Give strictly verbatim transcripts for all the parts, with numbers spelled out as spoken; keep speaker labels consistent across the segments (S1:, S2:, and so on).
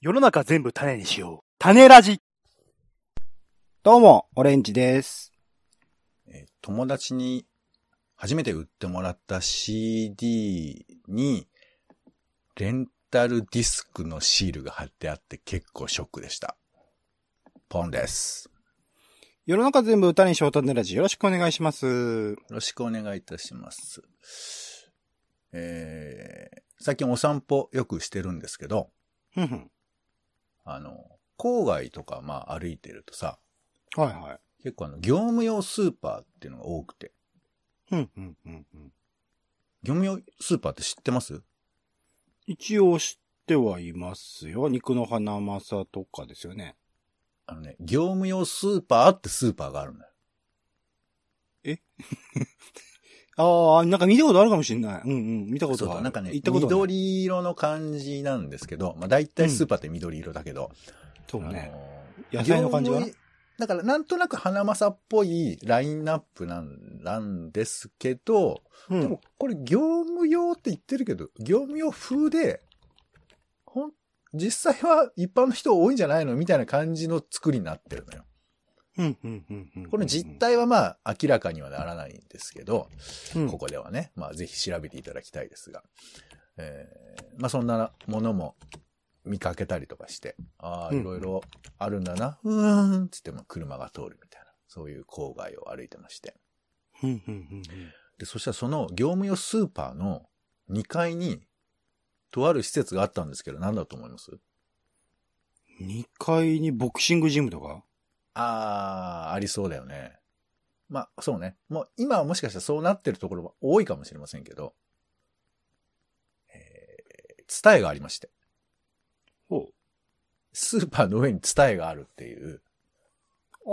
S1: 世の中全部種にしよう。種ラジ。
S2: どうも、オレンジです。
S3: えー友達に初めて売ってもらった シーディー にレンタルディスクのシールが貼ってあって結構ショックでした。ポンです。
S2: 世の中全部種にしよう種ラジ。よろしくお願いします。
S3: よろしくお願いいたします。えー、最近お散歩よくしてるんですけど、
S2: ふんふん。
S3: あの、郊外とかまあ歩いてるとさ、
S2: はいはい。
S3: 結構あの、業務用スーパーっていうのが多くて。
S2: ふんふんふんふん。
S3: 業務用スーパーって知ってます？
S2: 一応知ってはいますよ。肉のハナマサとかですよね。
S3: あのね、業務用スーパーってスーパーがあるのよ。
S2: えああ、なんか見たことあるかもしれない。うんうん、見たこと
S3: そうだ、
S2: ある。
S3: なんかね、
S2: 行ったことはない。
S3: 緑色の感じなんですけど、まあ大体スーパーって緑色だけど、
S2: そうね。
S3: あのー
S2: 野菜の感じはな
S3: 業務だからなんとなく花正っぽいラインナップなんなんですけど、
S2: うん。
S3: でもこれ業務用って言ってるけど、業務用風で、ほん、実際は一般の人多いんじゃないのみたいな感じの作りになってるのよ。
S2: うんうんうんうん。
S3: この実態はまあ明らかにはならないんですけど、
S2: うん
S3: ここではね、まあぜひ調べていただきたいですが、えー、まあそんなものも見かけたりとかして、ああ、
S2: うん
S3: いろいろあるんだな、うーんつっても車が通るみたいな、そういう郊外を歩いてまして。
S2: うんうんうんうん。
S3: で、そしたらその業務用スーパーのにかいに、とある施設があったんですけど、何だと思います？
S2: にかいにボクシングジムとか？
S3: あー、ありそうだよね。まあ、そうね。もう今はもしかしたらそうなってるところも多いかもしれませんけど、えー、ツタヤがありまして。
S2: ほう。
S3: スーパーの上にツタヤがあるっていう。
S2: あ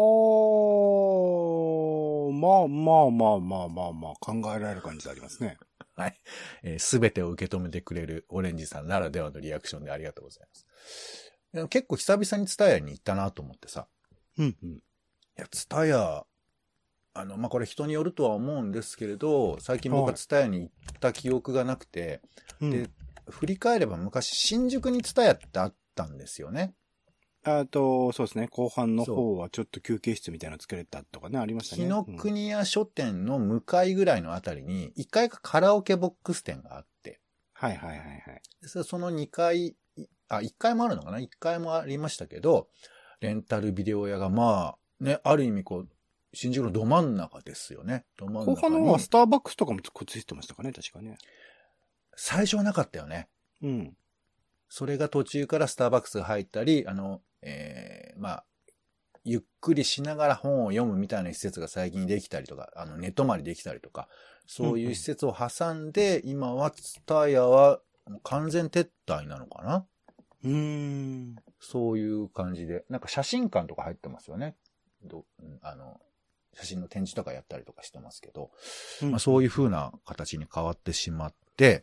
S2: ー、まあまあまあまあまあまあ考えられる感じでありますね。
S3: はい。えー、すべてを受け止めてくれるオレンジさんならではのリアクションでありがとうございます。でも結構久々にツタヤに行ったなと思ってさ。
S2: うんうん。
S3: いや、ツタヤ、あの、まあ、これ人によるとは思うんですけれど、最近僕はツタヤに行った記憶がなくて、
S2: うん、
S3: で、振り返れば昔新宿にツタヤってあったんですよね。
S2: あと、そうですね。後半の方はちょっと休憩室みたいなの作れたとかね、ありましたね。
S3: 紀ノ国屋書店の向かいぐらいのあたりに、いっかいがカラオケボックス店があって、
S2: はいはいはいはい。
S3: そのにかい、あ、いっかいもあるのかな ?いっ 階もありましたけど、レンタルビデオ屋がまあ、ね、ある意味こう、新宿のど真ん中ですよね。ど真ん中に。
S2: 後半の方はスターバックスとかもくっついてましたかね、確かね。
S3: 最初はなかったよね。
S2: うん。
S3: それが途中からスターバックスが入ったり、あの、えー、まあ、ゆっくりしながら本を読むみたいな施設が最近できたりとか、あの、寝泊まりできたりとか、そういう施設を挟んで、うんうん、今はツタヤは完全撤退なのかな？
S2: うーん。
S3: そういう感じで、なんか写真館とか入ってますよね。どあの、写真の展示とかやったりとかしてますけど、うん、まあ、そういう風な形に変わってしまって、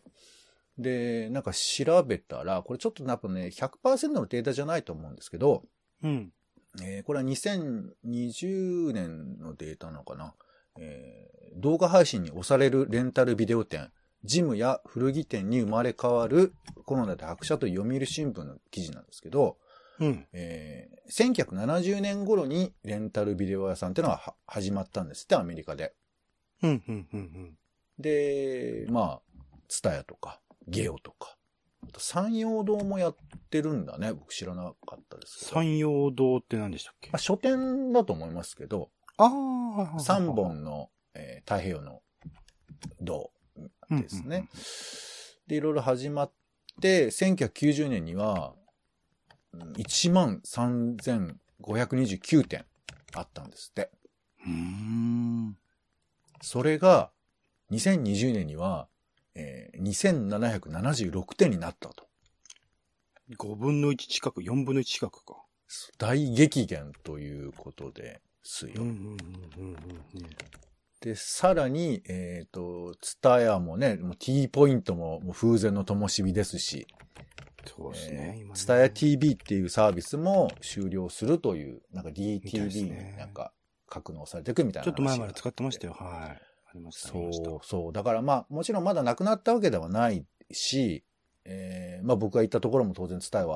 S3: で、なんか調べたら、これちょっとやっぱね、ひゃくパーセント のデータじゃないと思うんですけど、
S2: うん。
S3: えー、これはにせんにじゅうねんのデータなのかな、えー、動画配信に押されるレンタルビデオ店、ジムや古着店に生まれ変わるコロナで白紙という読売新聞の記事なんですけど、
S2: うん
S3: えー、せんきゅうひゃくななじゅうねん頃にレンタルビデオ屋さんっていうのが始まったんですって、アメリカで。
S2: うんうんうんうん、
S3: で、まあ、ツタヤとか、ゲオとか、山陽堂もやってるんだね。僕知らなかったですけど。
S2: 山陽堂って何でしたっけ？
S3: まあ、書店だと思いますけど、
S2: ああ、
S3: さんぼんの、えー、太平洋の道ですね、うんうんうん。で、いろいろ始まって、せんきゅうひゃくきゅうじゅうねんには、いちまんさんぜんごひゃくにじゅうきゅうてんあったんですって。
S2: うーん。
S3: それが、にせんにじゅうねんには、えー、にせんななひゃくななじゅうろくてんになったと。
S2: ごぶんのいち近く、よんぶんのいち近くか。
S3: 大激減ということですよ。
S2: うんうんうんうんうん、
S3: で、さらに、えっと、ツタヤもね、もう T ポイントももう風前の灯火ですし、
S2: そうですね。
S3: ツタヤ ティービー っていうサービスも終了するという、なんか ディーティービー になんか格納されていくみたいな、
S2: ちょっと前まで使ってましたよ。はい。ありました。
S3: そう、そう。だからまあ、もちろんまだなくなったわけではないし、えー、まあ僕が行ったところも当然ツタヤはあっ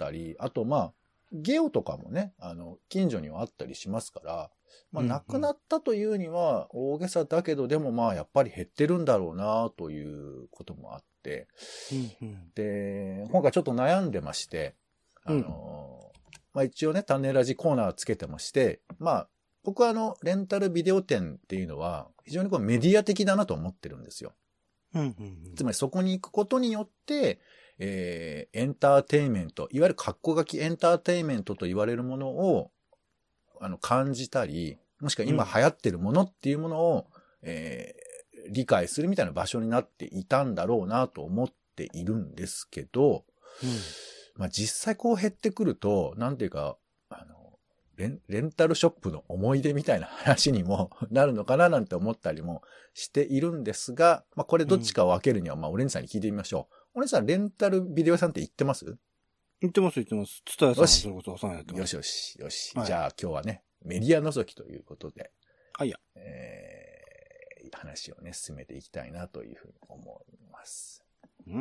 S3: ったり、あとまあ、ゲオとかもね、あの、近所にはあったりしますから、まあ、なくなったというには大げさだけど、でもまあ、やっぱり減ってるんだろうなということもあって、
S2: うんうん、
S3: で、今回ちょっと悩んでまして、あの、うん、まあ一応ね、種ラジコーナーつけてまして、まあ、僕はあの、レンタルビデオ店っていうのは、非常にこうメディア的だなと思ってるんですよ。
S2: うんうんうん、
S3: つまりそこに行くことによって、えー、エンターテインメント、いわゆるカッコ書きエンターテインメントと言われるものを、あの、感じたり、もしくは今流行ってるものっていうものを、うん、えー、理解するみたいな場所になっていたんだろうなと思っているんですけど、うん、まあ実際こう減ってくると、なんていうか、あの、レン、レンタルショップの思い出みたいな話にもなるのかななんて思ったりもしているんですが、まあこれどっちかを分けるには、まあオレンジさんに聞いてみましょう。オレンジさん、レンタルビデオ屋さんって行ってます？
S2: 行ってます、行ってます。ツタヤさんはそれこそお世話になってます。
S3: よしよし、よし。はい、じゃあ今日はね、メディア覗きということで、
S2: はいや。
S3: えー、話をね、進めていきたいなというふうに思います。
S2: うん。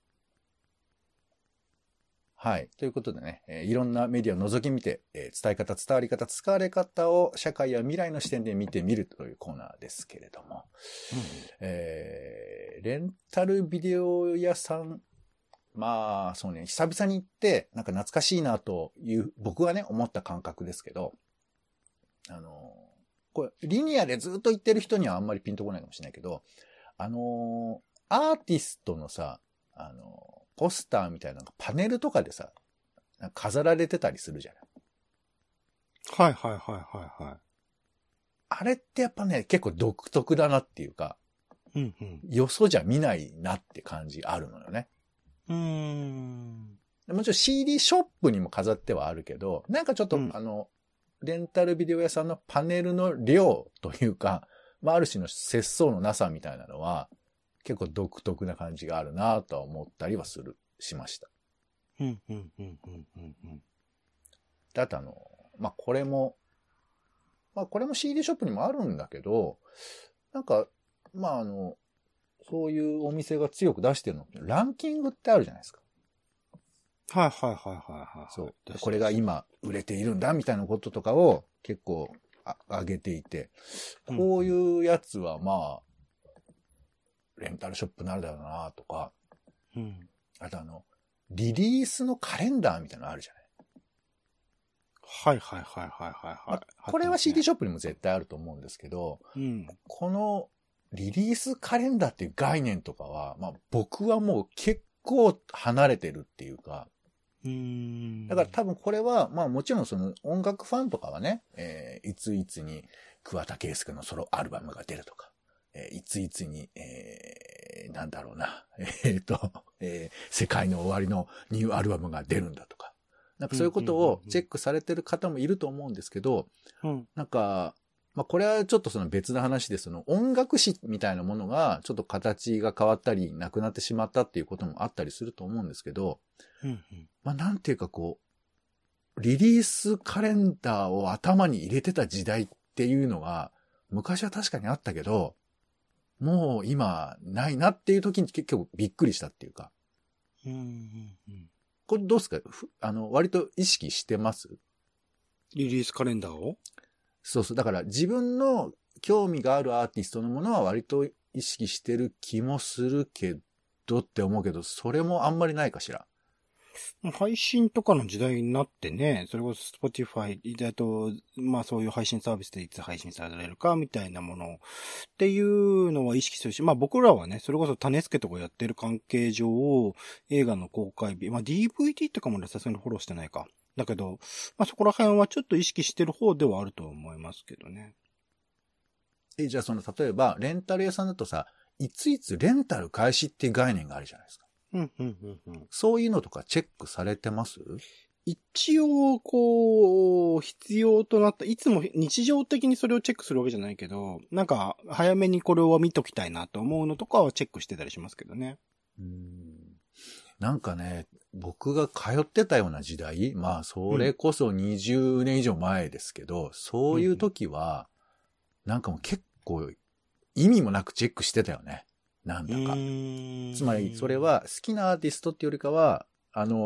S3: はい。ということでね、えー、いろんなメディアを覗き見て、えー、伝え方、伝わり方、使われ方を社会や未来の視点で見てみるというコーナーですけれども、うん、えー、レンタルビデオ屋さん、まあ、そうね、久々に行って、なんか懐かしいなという、僕がね、思った感覚ですけど、あの、これ、リニアでずっと行ってる人にはあんまりピンとこないかもしれないけど、あの、アーティストのさ、あの、ポスターみたいなのがパネルとかでさ、飾られてたりするじゃない。
S2: はいはいはいはいはい。
S3: あれってやっぱね、結構独特だなっていうか、
S2: うんうん、
S3: よそじゃ見ないなって感じあるのよね。
S2: うーん。
S3: もちろん シーディー ショップにも飾ってはあるけど、なんかちょっと、うん、あの、レンタルビデオ屋さんのパネルの量というか、まあ、ある種の節操のなさみたいなのは、結構独特な感じがあるなとは思ったりはする、しました。
S2: うんうんうんうんうんうん。
S3: だってあの、まあ、これも、まあ、これも シーディー ショップにもあるんだけど、なんか、まあ、あの、そういうお店が強く出してるのって、ランキングってあるじゃないですか。
S2: はいはいはいはいはい。
S3: そう。これが今売れているんだみたいなこととかを結構あ上げていて、こういうやつはまあ、レンタルショップなるだろうなとか、
S2: うん、
S3: あとあの、リリースのカレンダーみたいなのあるじゃない。
S2: はいはいはいはいはい、はい
S3: まあ。これは シーディー ショップにも絶対あると思うんですけど、
S2: うん、
S3: このリリースカレンダーっていう概念とかは、まあ僕はもう結構離れてるっていうか、
S2: うーん
S3: だから多分これは、まあもちろんその音楽ファンとかはね、えー、いついつに桑田佳祐のソロアルバムが出るとか、えー、いついつに、えー、なんだろうな、えー、っと、えー、世界の終わりのニューアルバムが出るんだとか、なんかそういうことをチェックされてる方もいると思うんですけど、
S2: うん、
S3: なんか、まあこれはちょっとその別な話で、その音楽史みたいなものがちょっと形が変わったりなくなってしまったっていうこともあったりすると思うんですけど、
S2: うんうん、
S3: まあなんていうかこう、リリースカレンダーを頭に入れてた時代っていうのが昔は確かにあったけど、もう今ないなっていう時に結構びっくりしたっていうか。
S2: うんうんうん、
S3: これどうですか？あの、割と意識してます？
S2: リリースカレンダーを？
S3: そうそう。だから自分の興味があるアーティストのものは割と意識してる気もするけどって思うけど、それもあんまりないかしら。
S2: 配信とかの時代になってね、それこそ Spotify だと、まあそういう配信サービスでいつ配信されるかみたいなものっていうのは意識するし、まあ僕らはね、それこそ種付けとかやってる関係上、映画の公開日、まあ ディーブイディー とかもね、さすがにフォローしてないか。だけど、まあそこら辺はちょっと意識してる方ではあると思いますけどね。
S3: え、じゃあその、例えば、レンタル屋さんだとさ、いついつレンタル開始っていう概念があるじゃないですか。
S2: うんうんうんうん、
S3: そういうのとかチェックされてます？
S2: 一応、こう、必要となった、いつも日常的にそれをチェックするわけじゃないけど、なんか、早めにこれを見ときたいなと思うのとかはチェックしてたりしますけどね。
S3: うーん、なんかね、僕が通ってたような時代、まあ、それこそにじゅうねん以上前ですけど、うん、そういう時は、なんかもう結構、意味もなくチェックしてたよね。なんだか。つまり、それは好きなアーティストっていうよりかは、あの、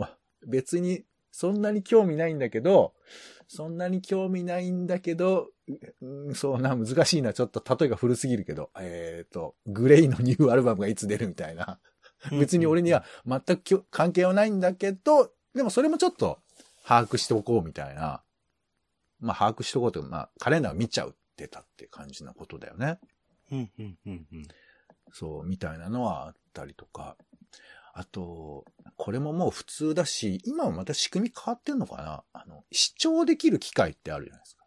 S3: 別にそんなに興味ないんだけど、そんなに興味ないんだけど、うん、そうな、難しいな。ちょっと例えが古すぎるけど、えっと、グレイのニューアルバムがいつ出るみたいな。別に俺には全く関係はないんだけど、でもそれもちょっと把握しておこうみたいな。まあ把握しておこうというか、まあカレンダーを見ちゃうってたって感じなことだよね。
S2: うんうんうんうん。
S3: そう、みたいなのはあったりとか。あと、これももう普通だし、今はまた仕組み変わってんのかな？あの、視聴できる機会ってあるじゃないですか。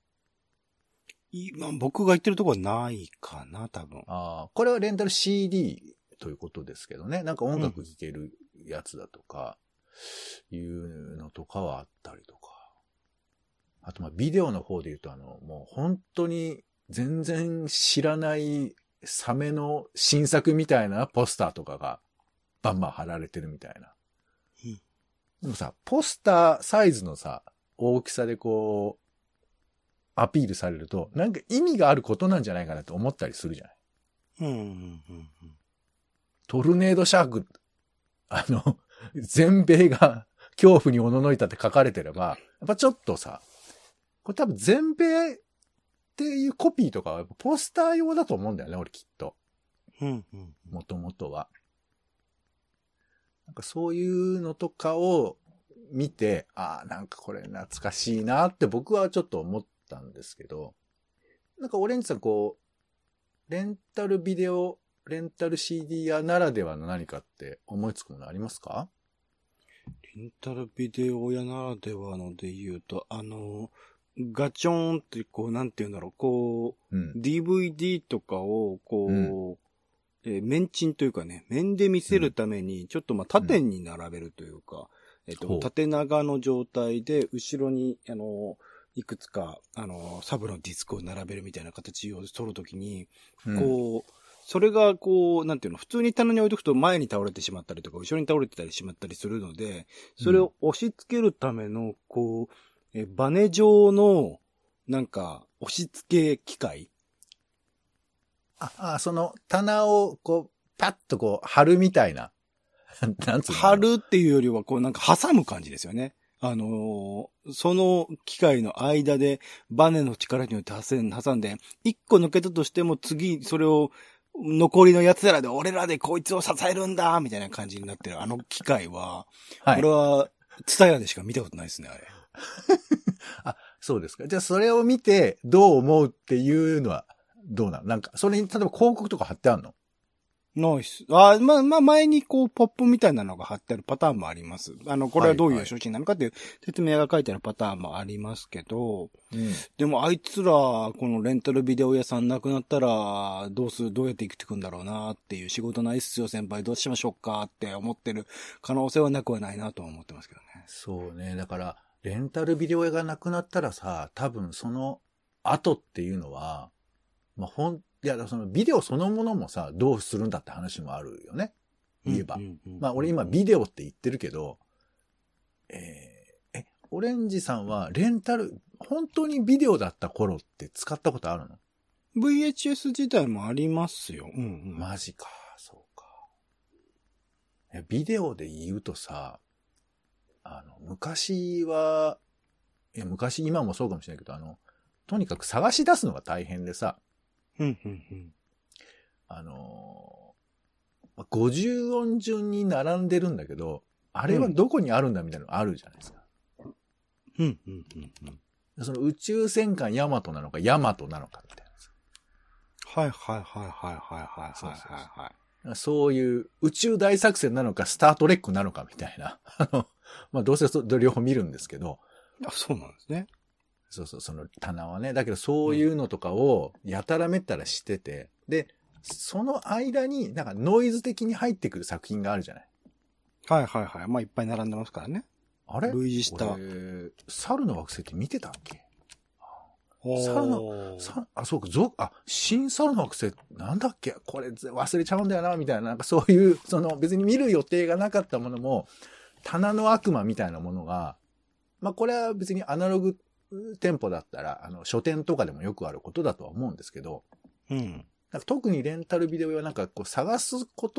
S2: 今、僕が言ってるところはないかな、多分。
S3: ああ、これはレンタル シーディー ということですけどね。なんか音楽聴けるやつだとか、いうのとかはあったりとか。あと、まあ、ビデオの方で言うと、あの、もう本当に全然知らないサメの新作みたいなポスターとかがバンバン貼られてるみたいな。
S2: うん、
S3: でもさ、ポスターサイズのさ、大きさでこう、アピールされると、なんか意味があることなんじゃないかなと思ったりするじゃない。
S2: うんうんうんうん、
S3: トルネードシャーク、あの、全米が恐怖におののいたって書かれてれば、やっぱちょっとさ、これ多分全米っていうコピーとかはポスター用だと思うんだよね、俺きっと。
S2: うんうん、
S3: もともとは。なんかそういうのとかを見て、ああ、なんかこれ懐かしいなって僕はちょっと思ったんですけど、なんかオレンジさんこう、レンタルビデオ、レンタル シーディー 屋ならではの何かって思いつくものありますか？
S2: レンタルビデオ屋ならではので言うと、あの、ガチョンってこう、なんて言うんだろう、こう、うん、ディーブイディー とかを、こう、うんえー、面賃というかね、面で見せるために、ちょっとまあ縦に並べるというか、うん、えっと、縦長の状態で、後ろに、あの、いくつか、あの、サブのディスクを並べるみたいな形を取るときに、うん、こう、それがこう、なんていうの、普通に棚に置いとくと前に倒れてしまったりとか、後ろに倒れてたりしまったりするので、それを押し付けるための、こう、えバネ状の、なんか、押し付け機械
S3: あ、あ、その、棚を、こう、パッとこう、貼るみたいな。なんつうの？
S2: 貼るっていうよりは、こう、なんか挟む感じですよね。あのー、その機械の間で、バネの力によって挟んで、一個抜けたとしても次、それを、残りの奴らで、俺らでこいつを支えるんだみたいな感じになってる、あの機械は、はい、俺は、ツタヤでしか見たことないですね、あれ。
S3: あ、そうですか。じゃあそれを見てどう思うっていうのはどうなの？なんか、それに例えば広告とか貼ってあるの？
S2: ナイス。あ、まあ、まあ、前にこう、ポップみたいなのが貼ってあるパターンもあります。あの、これはどういう商品なのかっていう説明が書いてあるパターンもありますけど、うん、でもあいつら、このレンタルビデオ屋さんなくなったら、どうする、どうやって生きていくんだろうなっていう、仕事ないっすよ先輩どうしましょうかって思ってる可能性はなくはないなとは思ってますけどね。
S3: そうね。だから、レンタルビデオ屋がなくなったらさ、多分その後っていうのは、まあ、ほん、いや、そのビデオそのものもさ、どうするんだって話もあるよね。言えば。うんうんうんうん、まあ、俺今ビデオって言ってるけど、えー、え、オレンジさんはレンタル、本当にビデオだった頃って使ったことあるの？
S2: ブイエイチエス 自体もありますよ。うんうん、
S3: マジか、そうか。いやビデオで言うとさ、あの、昔は、いや、昔、今もそうかもしれないけど、あの、とにかく探し出すのが大変でさ、
S2: うんうんうん、
S3: あのー、ごじゅうおん順に並んでるんだけど、あれはどこにあるんだみたいなのがあるじゃないですか。
S2: うんうんうん
S3: うん、その宇宙戦艦ヤマトなのか、ヤマトなのかみたい
S2: な。はいはいはいはいはいはいはいはい、
S3: はい。そういう宇宙大作戦なのか、スタートレックなのかみたいな。あの、まあ、どうせ両方見るんですけど。
S2: あ、そうなんですね。
S3: そうそう、その棚はね。だけどそういうのとかをやたらめったらしてて、うん、で、その間になんかノイズ的に入ってくる作品があるじゃない。
S2: はいはいはい。まあいっぱい並んでますからね。
S3: あれ？
S2: 類似した。
S3: 猿の惑星って見てたっけ？猿の、さあ、そうか、ゾあ、新猿の惑星なんだっけ？これ忘れちゃうんだよな、みたいな。なんかそういう、その別に見る予定がなかったものも、棚の悪魔みたいなものが、まあこれは別にアナログ店舗だったら、あの、書店とかでもよくあることだとは思うんですけど、
S2: うん。
S3: なんか特にレンタルビデオはなんかこう探すことを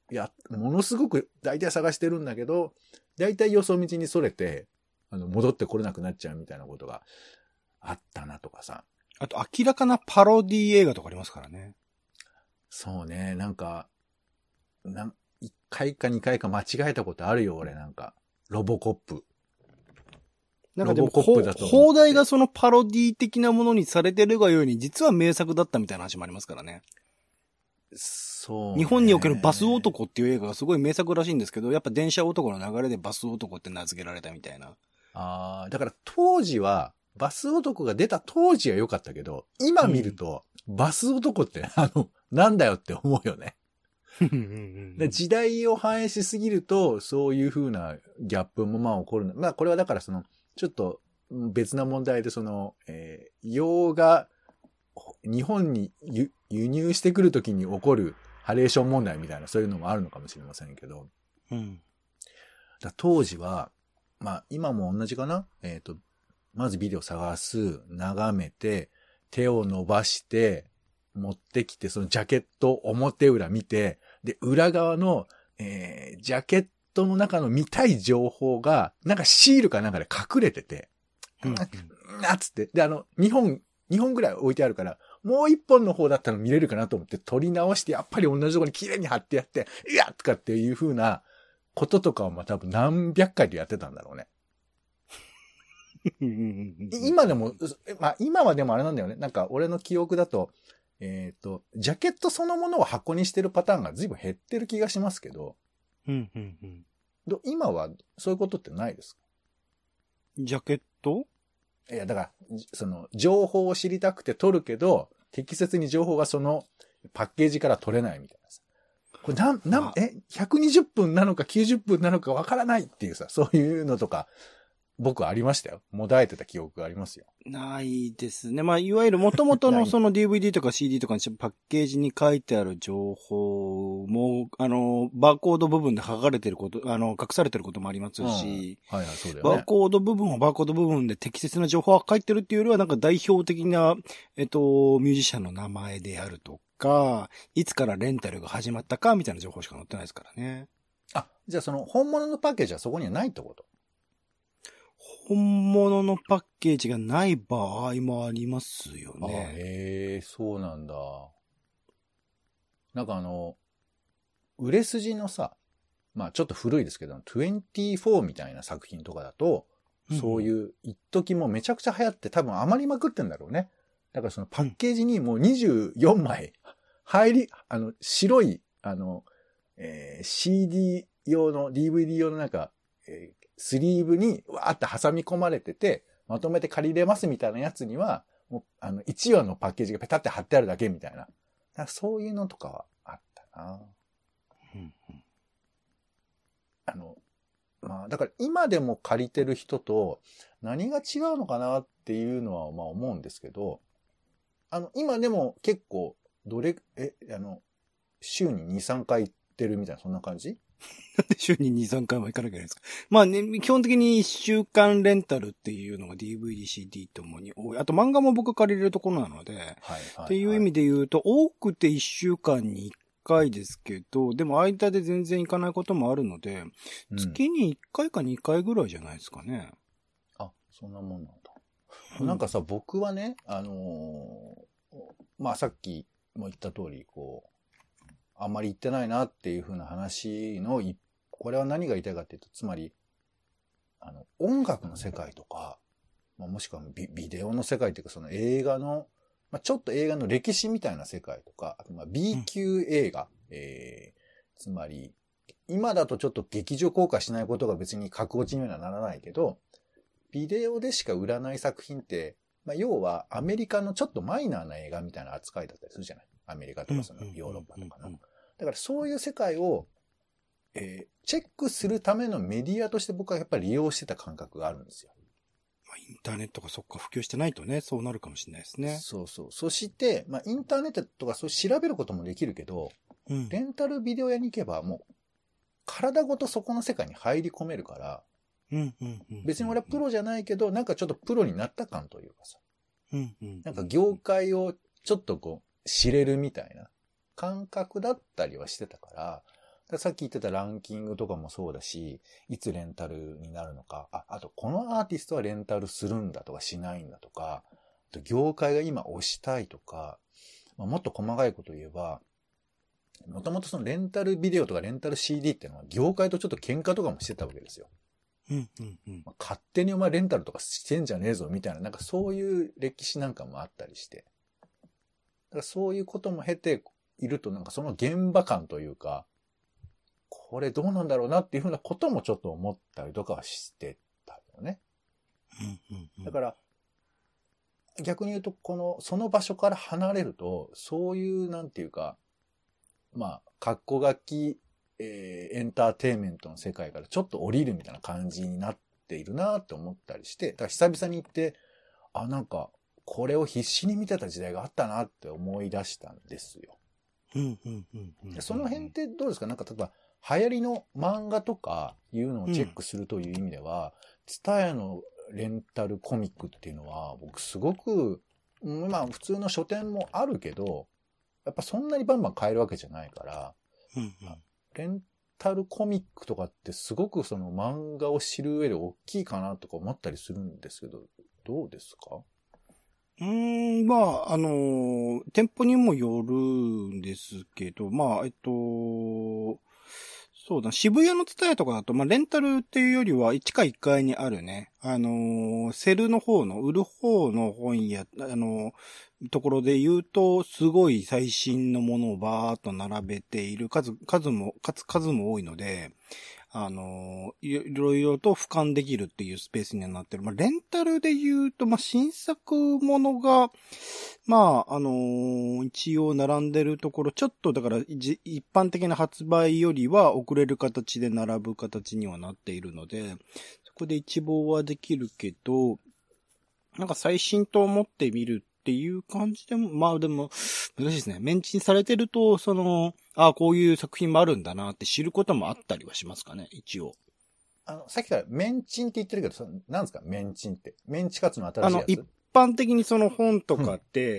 S3: いや、ものすごく大体探してるんだけど、大体よそ道にそれて、あの、戻ってこれなくなっちゃうみたいなことがあったなとかさ。
S2: あと、明らかなパロディ映画とかありますからね。
S3: そうね、なんか、なん、一回か二回か間違えたことあるよ、俺なんか。ロボコップ。
S2: なんかでも、
S3: ロボコップだと思って
S2: 放題がそのパロディ的なものにされてるがように、実は名作だったみたいな話もありますからね。
S3: そう、ね。
S2: 日本におけるバス男っていう映画がすごい名作らしいんですけど、やっぱ電車男の流れでバス男って名付けられたみたいな。
S3: ああ、だから当時は、バス男が出た当時は良かったけど、今見ると、バス男って、あの、なんだよって思うよね。で時代を反映しすぎると、そういう風なギャップもまあ起こる。まあこれはだからその、ちょっと別な問題でその、えー、洋が日本に輸入してくるときに起こるハレーション問題みたいなそういうのもあるのかもしれませんけど。
S2: うん、
S3: だ当時は、まあ今も同じかな。えっと、まずビデオ探す、眺めて、手を伸ばして、持ってきて、そのジャケット表裏見て、で、裏側の、えー、ジャケットの中の見たい情報が、なんかシールかなんかで隠れてて、うん、なっつって。で、あの、にほん、にほんぐらい置いてあるから、もういっぽんの方だったら見れるかなと思って撮り直して、やっぱり同じところに綺麗に貼ってやって、いやとかっていう風なこととかをまあ多分何百回でやってたんだろうね。今でも、まあ今はでもあれなんだよね。なんか俺の記憶だと、えっと、ジャケットそのものを箱にしてるパターンが随分減ってる気がしますけど、
S2: うんうんうん、
S3: ど今はそういうことってないですか？
S2: ジャケット？
S3: いや、だから、その、情報を知りたくて撮るけど、適切に情報がそのパッケージから撮れないみたいなさ。これなん、なん、え、ひゃくにじゅっぷんなのかきゅうじゅっぷんなのかわからないっていうさ、そういうのとか、僕ありましたよ。もだえてた記憶がありますよ。
S2: ないですね。まあ、いわゆる元々のその ディーブイディー とか シーディー とかにパッケージに書いてある情報も、あの、バーコード部分で書かれてること、あの、隠されてることもありますし、うん、
S3: はいはい、そうだよね。
S2: バーコード部分はバーコード部分で適切な情報が書いてるっていうよりは、なんか代表的な、えっと、ミュージシャンの名前であるとか、いつからレンタルが始まったかみたいな情報しか載ってないですからね。
S3: あ、じゃあその本物のパッケージはそこにはないってこと？
S2: 本物のパッケージがない場合もありますよね。
S3: あ、へえ、そうなんだ。なんかあの、売れ筋のさ、まあちょっと古いですけど、にじゅうよんみたいな作品とかだと、うん、そういう一時もめちゃくちゃ流行って多分余りまくってんだろうね。だからそのパッケージにもうにじゅうよんまい入り、あの、白い、あの、えー、シーディー 用の、ディーブイディー 用のなんか、えースリーブにわーって挟み込まれてて、まとめて借りれますみたいなやつには、もう、あの、いちわのパッケージがペタって貼ってあるだけみたいな。だからそういうのとかはあったな、うんうん、あの、まあ、だから今でも借りてる人と何が違うのかなっていうのはまあ思うんですけど、あの、今でも結構、どれ、え、あの、週にに、さんかい行ってるみたいな、そんな感じ？
S2: なんで週にに、さんかいも行かなきゃいけないんですか？まあね、基本的にいっしゅうかんレンタルっていうのが ディーブイディー、シーディー ともに多い。あと漫画も僕借りれるところなので、はいはいはい、っていう意味で言うと、多くていっしゅうかんにいっかいですけど、でも間で全然行かないこともあるので、うん、月にいっかいかにかいぐらいじゃないですかね。
S3: あ、そんなもんなんだ。うん、なんかさ、僕はね、あのー、まあさっきも言った通り、こう、あんまり言ってないなっていう風な話の、これは何が言いたいかっていうと、つまり、あの、音楽の世界とか、まあ、もしくはビ、ビデオの世界っていうか、その映画の、まあ、ちょっと映画の歴史みたいな世界とか、あとまあ B 級映画、うん、えー、つまり、今だとちょっと劇場公開しないことが別に格落ちにはならないけど、ビデオでしか売らない作品って、まあ、要はアメリカのちょっとマイナーな映画みたいな扱いだったりするじゃない。アメリカとかそのヨーロッパとかの。だからそういう世界を、えー、チェックするためのメディアとして僕はやっぱり利用してた感覚があるんですよ。
S2: まあ、インターネットがそっか普及してないとね、そうなるかもしれないですね。
S3: そうそう。そして、まあインターネットとかそう調べることもできるけど、うん、レンタルビデオ屋に行けばもう体ごとそこの世界に入り込めるから、
S2: うんうんうん、
S3: 別に俺はプロじゃないけど、なんかちょっとプロになった感というかさ、
S2: うんうん、
S3: なんか業界をちょっとこう知れるみたいな感覚だったりはしてたから、 さっき言ってたランキングとかもそうだし、いつレンタルになるのか、あ、あとこのアーティストはレンタルするんだとかしないんだとか、あと業界が今推したいとか、まあ、もっと細かいこと言えば、もともとそのレンタルビデオとかレンタル シーディー っていうのは業界とちょっと喧嘩とかもしてたわけですよ。
S2: うんうんうん。
S3: まあ、勝手にお前レンタルとかしてんじゃねえぞみたいな、なんかそういう歴史なんかもあったりして。だからそういうことも経ているとなんかその現場感というか、これどうなんだろうなっていうふうなこともちょっと思ったりとかはしてたよね。
S2: うんうんうん、
S3: だから逆に言うとこの、その場所から離れると、そういうなんていうか、まあ、格好書き、えー、エンターテインメントの世界からちょっと降りるみたいな感じになっているなって思ったりして、だから久々に行って、あ、なんか、これを必死に見てた時代があったなって思い出したんですよ。
S2: うんうんうんうん、
S3: その辺ってどうですか？なんか例えば、流行りの漫画とかいうのをチェックするという意味では、ツタヤのレンタルコミックっていうのは、僕すごく、まあ普通の書店もあるけど、やっぱそんなにバンバン買えるわけじゃないから、
S2: うんうん、
S3: レンタルコミックとかってすごくその漫画を知る上で大きいかなとか思ったりするんですけど、どうですか？
S2: うーん、まあ、あのー、店舗にもよるんですけど、まあ、えっと、そうだ、渋谷のツタヤとかだと、まあ、レンタルっていうよりは、地下いっかいにあるね、あのー、セルの方の、売る方の本屋、あのー、ところで言うと、すごい最新のものをバーっと並べている、数、数も、かつ数も多いので、あのー、いろいろと俯瞰できるっていうスペースにはなってる。まあ、レンタルで言うと、まあ、新作ものが、まあ、あのー、一応並んでるところ、ちょっとだから、一般的な発売よりは遅れる形で並ぶ形にはなっているので、そこで一望はできるけど、なんか最新と思ってみるっていう感じでも、まあでも、難しいですね。メンチンされてると、その、ああ、こういう作品もあるんだなって知ることもあったりはしますかね、一応。
S3: あの、さっきからメンチンって言ってるけど、そのなんですかメンチンって。メンチカツの新しいやつ？
S2: あの、一般的にその本とかって、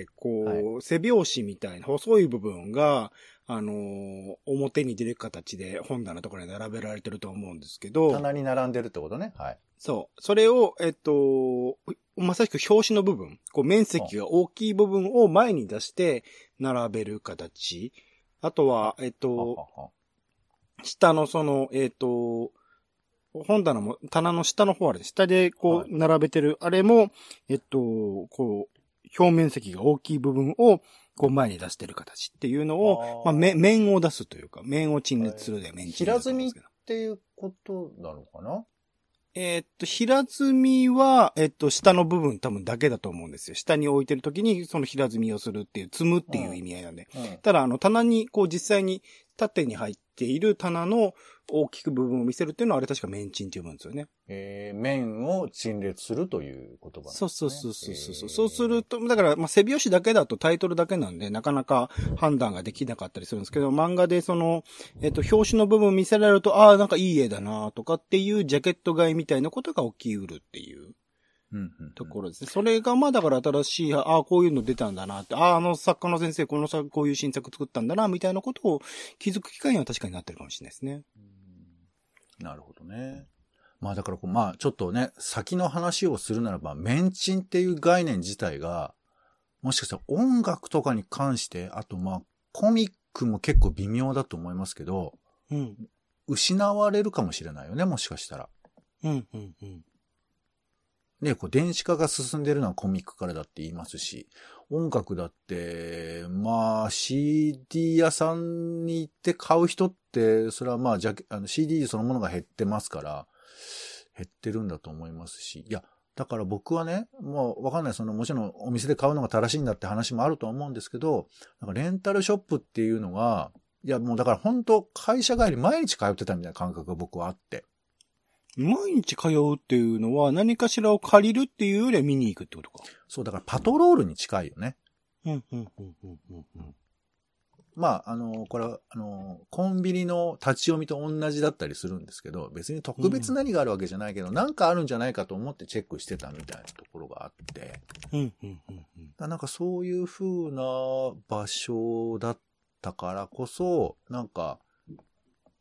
S2: こう、はい、背表紙みたいな細い部分が、あのー、表に出る形で本棚とかに並べられてると思うんですけど。
S3: 棚に並んでるってことね。はい。
S2: そう。それを、えっと、まさしく表紙の部分、こう面積が大きい部分を前に出して並べる形。あとは、えっと、はは下のその、えっと、本棚も棚の下の方あれで、下でこう並べてる、はい、あれも、えっと、こう、表面積が大きい部分をこう前に出してる形っていうのを、あまあ、め面を出すというか、面を陳列するで面陳列。
S3: 平積みっていうことなのかな？
S2: えー、っと、平積みは、えっと、下の部分多分だけだと思うんですよ。下に置いてる時にその平積みをするっていう、積むっていう意味合いなんで。うんうん、ただ、あの、棚に、こう実際に縦に入っている棚の大きく部分を見せるっていうのは、あれ確か面陳って呼ぶんですよね。
S3: えー、面を陳列するという言葉なんですね。
S2: そうそうそうそうそう、えー。そうすると、だから、まあ、背表紙だけだとタイトルだけなんで、なかなか判断ができなかったりするんですけど、漫画でその、えっと、表紙の部分見せられると、ああ、なんかいい絵だなとかっていうジャケット買いみたいなことが起きうるっていうところですね。それがまあだから新しい、ああ、こういうの出たんだなって、ああ、あの作家の先生、このさ、こういう新作作ったんだな、みたいなことを気づく機会には確かになってるかもしれないですね。
S3: うん、なるほどね。まあだからこう、まあちょっとね、先の話をするならば、メンチンっていう概念自体が、もしかしたら音楽とかに関して、あとまあコミックも結構微妙だと思いますけど、
S2: うん、
S3: 失われるかもしれないよね、もしかしたら。
S2: うんうんうん。
S3: で、こう電子化が進んでるのはコミックからだって言いますし、音楽だって、まあ シーディー 屋さんに行って買う人って、それはまあジャケあの シーディー そのものが減ってますから、減ってるんだと思いますし、いや、だから僕はね、もうわかんない、そのもちろんお店で買うのが正しいんだって話もあると思うんですけど、なんかレンタルショップっていうのが、いやもうだから本当会社帰り毎日通ってたみたいな感覚が僕はあって。
S2: 毎日通うっていうのは何かしらを借りるっていうよりは見に行くってことか。
S3: そう、だからパトロールに近いよね。
S2: うん、うん、うん、うん、うん。
S3: まあ、あの、これは、あの、コンビニの立ち読みと同じだったりするんですけど、別に特別何があるわけじゃないけど、うん、なんかあるんじゃないかと思ってチェックしてたみたいなところがあって。
S2: うん、うん、うん。
S3: なんかそういう風な場所だったからこそ、なんか、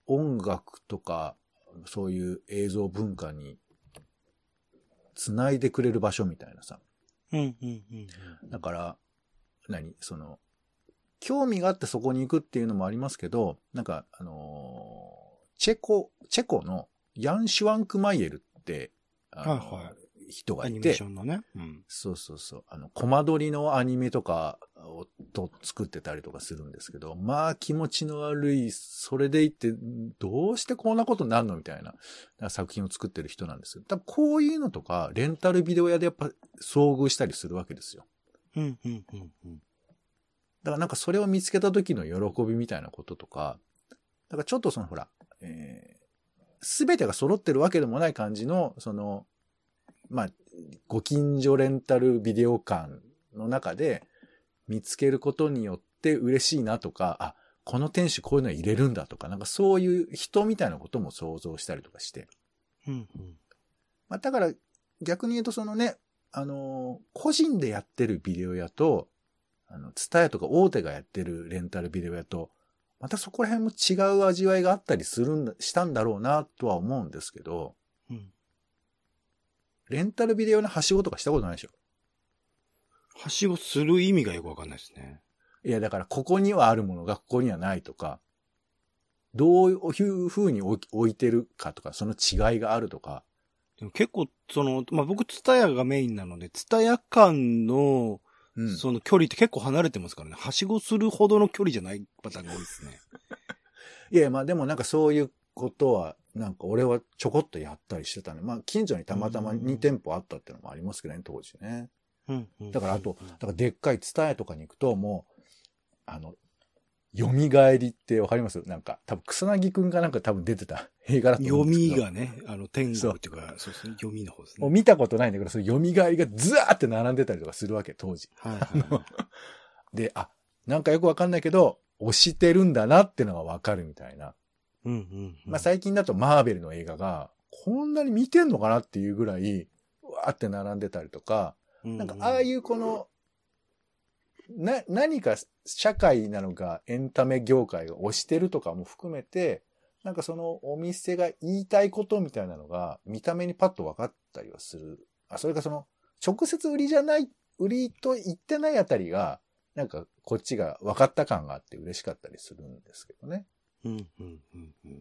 S3: 音楽とか、そういう映像文化に繋いでくれる場所みたいなさ。
S2: うんうんうんうん、
S3: だから、何その、興味があってそこに行くっていうのもありますけど、なんか、あのー、チェコ、チェコのヤン・シュワンクマイエルって、あのー
S2: はいはい、
S3: 人がいて、
S2: アニメーションのね、うん。
S3: そうそうそう、あの、コマ撮りのアニメとかをと作ってたりとかするんですけど、まあ気持ちの悪い、それでいって、どうしてこんなことになるのみたいな作品を作ってる人なんですよ。多分こういうのとか、レンタルビデオ屋でやっぱ遭遇したりするわけですよ。
S2: うんうんうんうん。
S3: だからなんかそれを見つけた時の喜びみたいなこととか、だからちょっとそのほら、えー、すべてが揃ってるわけでもない感じの、その、まあ、ご近所レンタルビデオ館の中で見つけることによって嬉しいなとか、あ、この店主こういうの入れるんだとか、なんかそういう人みたいなことも想像したりとかして。
S2: うんうん、
S3: まあ、だから逆に言うとそのね、あのー、個人でやってるビデオ屋と、あの、ツタヤとか大手がやってるレンタルビデオ屋と、またそこら辺も違う味わいがあったりするんだ、したんだろうなとは思うんですけど、
S2: うん、
S3: レンタルビデオのはしごとかしたことないでしょ？
S2: はしごする意味がよくわかんないですね。
S3: いや、だからここにはあるものがここにはないとか、どういう風に置いてるかとか、その違いがあるとか。
S2: でも結構、その、まあ、僕、ツタヤがメインなので、ツタヤ間の、うん、その距離って結構離れてますからね。はしごするほどの距離じゃないパターンが多いですね。
S3: いや、まあでもなんかそういうことは、なんか俺はちょこっとやったりしてたね。まあ近所にたまたまに店舗あったっていうのもありますけどね、当時ね。
S2: うんうん、
S3: だからあと、だからでっかいツタヤとかに行くともう、あの、蘇りってわかります？なんか、多分草薙くんがなんか多分出てた映画だと思うんですけど。
S2: 蘇がね、あの、天国っていうか、そうですね、蘇の方ですね。
S3: もう見たことないんだけど、その蘇りがずーって並んでたりとかするわけ、当時。
S2: はいはい、
S3: で、あ、なんかよくわかんないけど、推してるんだなってのがわかるみたいな。
S2: うんうんうん、
S3: まあ最近だとマーベルの映画が、こんなに見てんのかなっていうぐらい、わーって並んでたりとか、うんうん、なんかああいうこの、な、何か社会なのかエンタメ業界が推してるとかも含めて、なんかそのお店が言いたいことみたいなのが見た目にパッと分かったりはする。あ、それかその直接売りじゃない、売りと言ってないあたりが、なんかこっちが分かった感があって嬉しかったりするんですけどね。
S2: うんうんうんうん、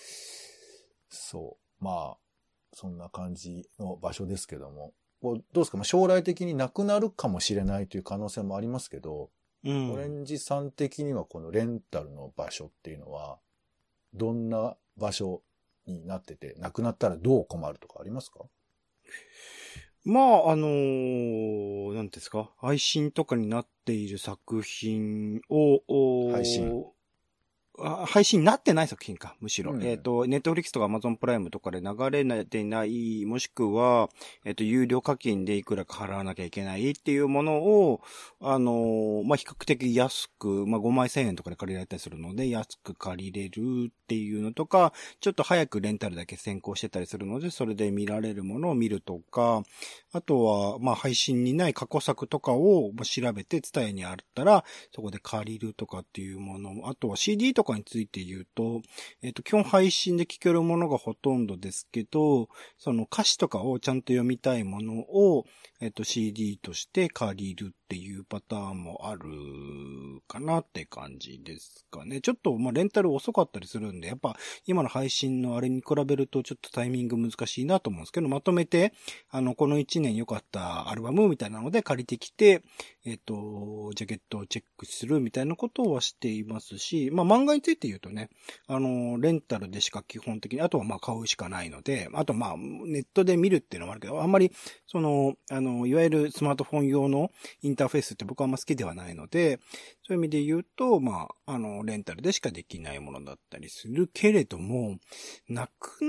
S3: そう。まあ、そんな感じの場所ですけども。どうですか、まあ、将来的になくなるかもしれないという可能性もありますけど、うん、オレンジさん的にはこのレンタルの場所っていうのは、どんな場所になってて、なくなったらどう困るとかありますか？
S2: まあ、あのー、なんですか、配信とかになっている作品を、
S3: 配信
S2: 配信になってない作品か、むしろ。
S3: うん、
S2: えっ、ー、と、ネットフリックスとかアマゾンプライムとかで流れてない、もしくは、えっ、ー、と、有料課金でいくらか払わなきゃいけないっていうものを、あのー、まあ、比較的安く、まあ、ごまんせんえんとかで借りられたりするので、安く借りれるっていうのとか、ちょっと早くレンタルだけ先行してたりするので、それで見られるものを見るとか、あとは、まあ、配信にない過去作とかを調べて、ツタヤにあったら、そこで借りるとかっていうもの、あとは シーディー とかについて言うと、えっと、基本配信で聴けるものがほとんどですけど、その歌詞とかをちゃんと読みたいものを、えっと、シーディー として借りるっていうパターンもあるかなって感じですかね。ちょっと、まあ、レンタル遅かったりするんで、やっぱ、今の配信のあれに比べるとちょっとタイミング難しいなと思うんですけど、まとめて、あの、このいちねん良かったアルバムみたいなので借りてきて、えっと、ジャケットをチェックするみたいなことはしていますし、まあ、漫画について言うとね、あの、レンタルでしか基本的に、あとはまあ買うしかないので、あとまあ、ネットで見るっていうのもあるけど、あんまり、その、あの、いわゆるスマートフォン用のインターフェースって僕はあんま好きではないので、そういう意味で言うと、まあ、あの、レンタルでしかできないものだったりするけれども、なくなっ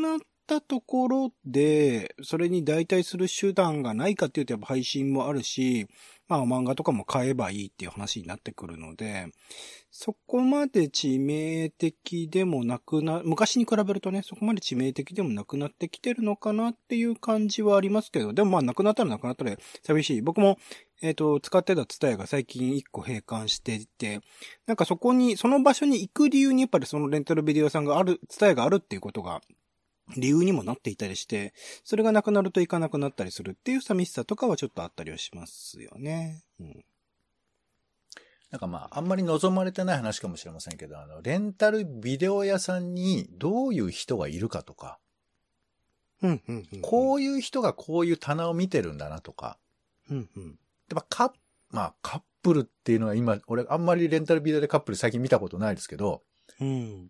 S2: ったところで、それに代替する手段がないかっていうとやっぱ配信もあるし、まあ漫画とかも買えばいいっていう話になってくるので、そこまで致命的でもなくな、昔に比べるとね、そこまで致命的でもなくなってきてるのかなっていう感じはありますけど、でもまあなくなったらなくなったら寂しい。僕も、えっと、使ってたツタヤが最近いっこ閉館していて、なんかそこに、その場所に行く理由にやっぱりそのレンタルビデオ屋さんがある、ツタヤがあるっていうことが、理由にもなっていたりして、それがなくなると行かなくなったりするっていう寂しさとかはちょっとあったりはしますよね。うん、
S3: なんかまあ、あんまり望まれてない話かもしれませんけど、あの、レンタルビデオ屋さんにどういう人がいるかとか、
S2: うんうんうんうん、
S3: こういう人がこういう棚を見てるんだなとか、
S2: うんうん、
S3: やっぱカまあ、カップルっていうのは今、俺あんまりレンタルビデオでカップル最近見たことないですけど、
S2: うん、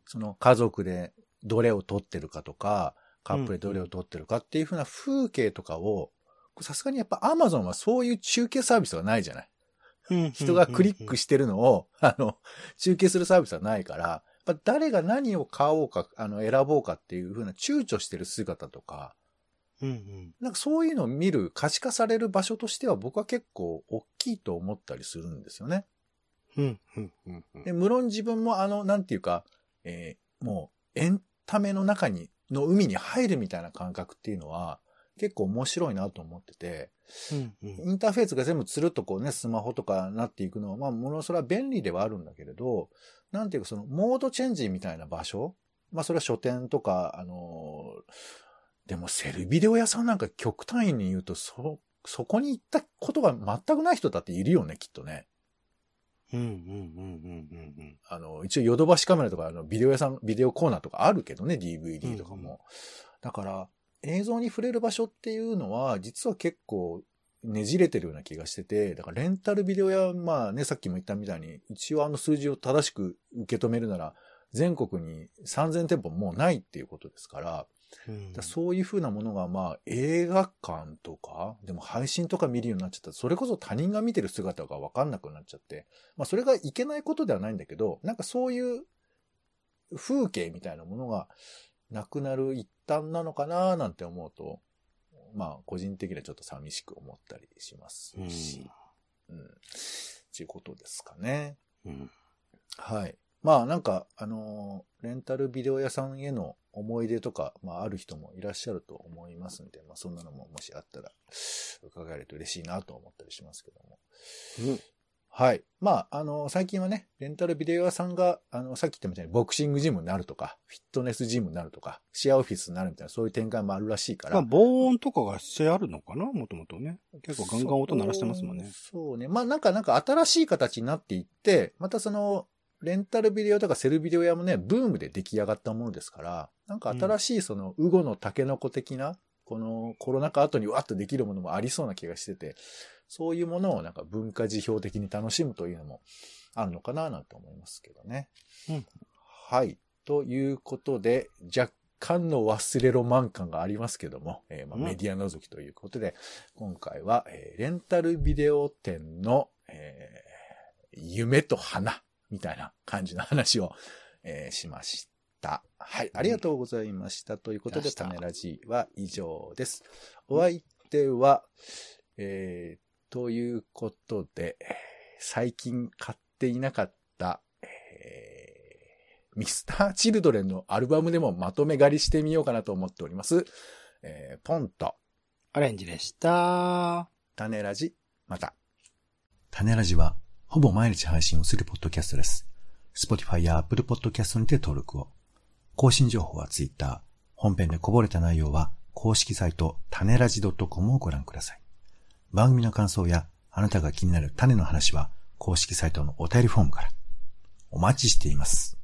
S3: その家族でどれを撮ってるかとか、カップルでどれを撮ってるかっていう風な風景とかを、さすがにやっぱ Amazon はそういう中継サービスがないじゃない。人がクリックしてるのを、あの、中継するサービスはないから、やっぱ誰が何を買おうか、あの、選ぼうかっていう風な躊躇してる姿とか、
S2: うんうん、
S3: なんかそういうのを見る、可視化される場所としては僕は結構大きいと思ったりするんですよね。
S2: うんうんうんうん、
S3: で無論自分もあの、なんていうか、えー、もうエンタメの中に、の海に入るみたいな感覚っていうのは結構面白いなと思ってて、
S2: うんうん、
S3: インターフェースが全部つるっとこうね、スマホとかなっていくのは、まあ、ものそれは便利ではあるんだけれど、なんていうかそのモードチェンジみたいな場所、まあそれは書店とか、あのー、でもセルビデオ屋さんなんか極端に言うと、そ、そこに行ったことが全くない人だっているよね、きっとね。
S2: うんうんうんうんうんうん。
S3: あの、一応ヨドバシカメラとか、あの、ビデオ屋さん、ビデオコーナーとかあるけどね、ディーブイディー とかも。うんうん、だから、映像に触れる場所っていうのは、実は結構ねじれてるような気がしてて、だからレンタルビデオ屋、まあね、さっきも言ったみたいに、一応あの数字を正しく受け止めるなら、全国にさんぜんてんぽもうないっていうことですから、うん、だそういう風なものが、まあ、映画館とか、でも配信とか見るようになっちゃったら、それこそ他人が見てる姿がわかんなくなっちゃって、まあ、それがいけないことではないんだけど、なんかそういう風景みたいなものがなくなる一端なのかななんて思うと、まあ、個人的にはちょっと寂しく思ったりしますし、うん。うん。っていうことですかね。
S2: うん。
S3: はい。まあ、なんか、あのー、レンタルビデオ屋さんへの思い出とか、まあ、ある人もいらっしゃると思いますんで、まあ、そんなのももしあったら、伺えると嬉しいなと思ったりしますけども。
S2: うん。
S3: はい。まあ、あの、最近はね、レンタルビデオ屋さんが、あの、さっき言ったみたいにボクシングジムになるとか、フィットネスジムになるとか、シェアオフィスになるみたいな、そういう展開もあるらしいから。
S2: まあ、防音とかがしてあるのかなもともとね。結構ガンガン音鳴らしてますもんね。
S3: そう、そうね。まあ、なんか、なんか新しい形になっていって、またその、レンタルビデオとかセルビデオ屋もね、ブームで出来上がったものですから、なんか新しいその、ウゴのタケノコ的な、このコロナ禍後にわっとできるものもありそうな気がしてて、そういうものをなんか文化辞表的に楽しむというのもあるのかななんて思いますけどね。
S2: うん、
S3: はい。ということで、若干の忘れろ満感がありますけども、えーまあ、メディア覗きということで、うん、今回は、えー、レンタルビデオ店の、えー、夢と花みたいな感じの話を、えー、しました。はい。ありがとうございました。うん、ということで、種ラジは以上です。お相手は、えーということで、最近買っていなかった、えー、ミスターチルドレンのアルバムでもまとめ狩りしてみようかなと思っております。えー、ポンと。
S2: アレンジでした。
S3: 種ラジ、また。種ラジは、ほぼ毎日配信をするポッドキャストです。Spotify や Apple Podcast にて登録を。更新情報は Twitter。本編でこぼれた内容は、公式サイト、種ラジ .com をご覧ください。番組の感想やあなたが気になる種の話は公式サイトのお便りフォームからお待ちしています。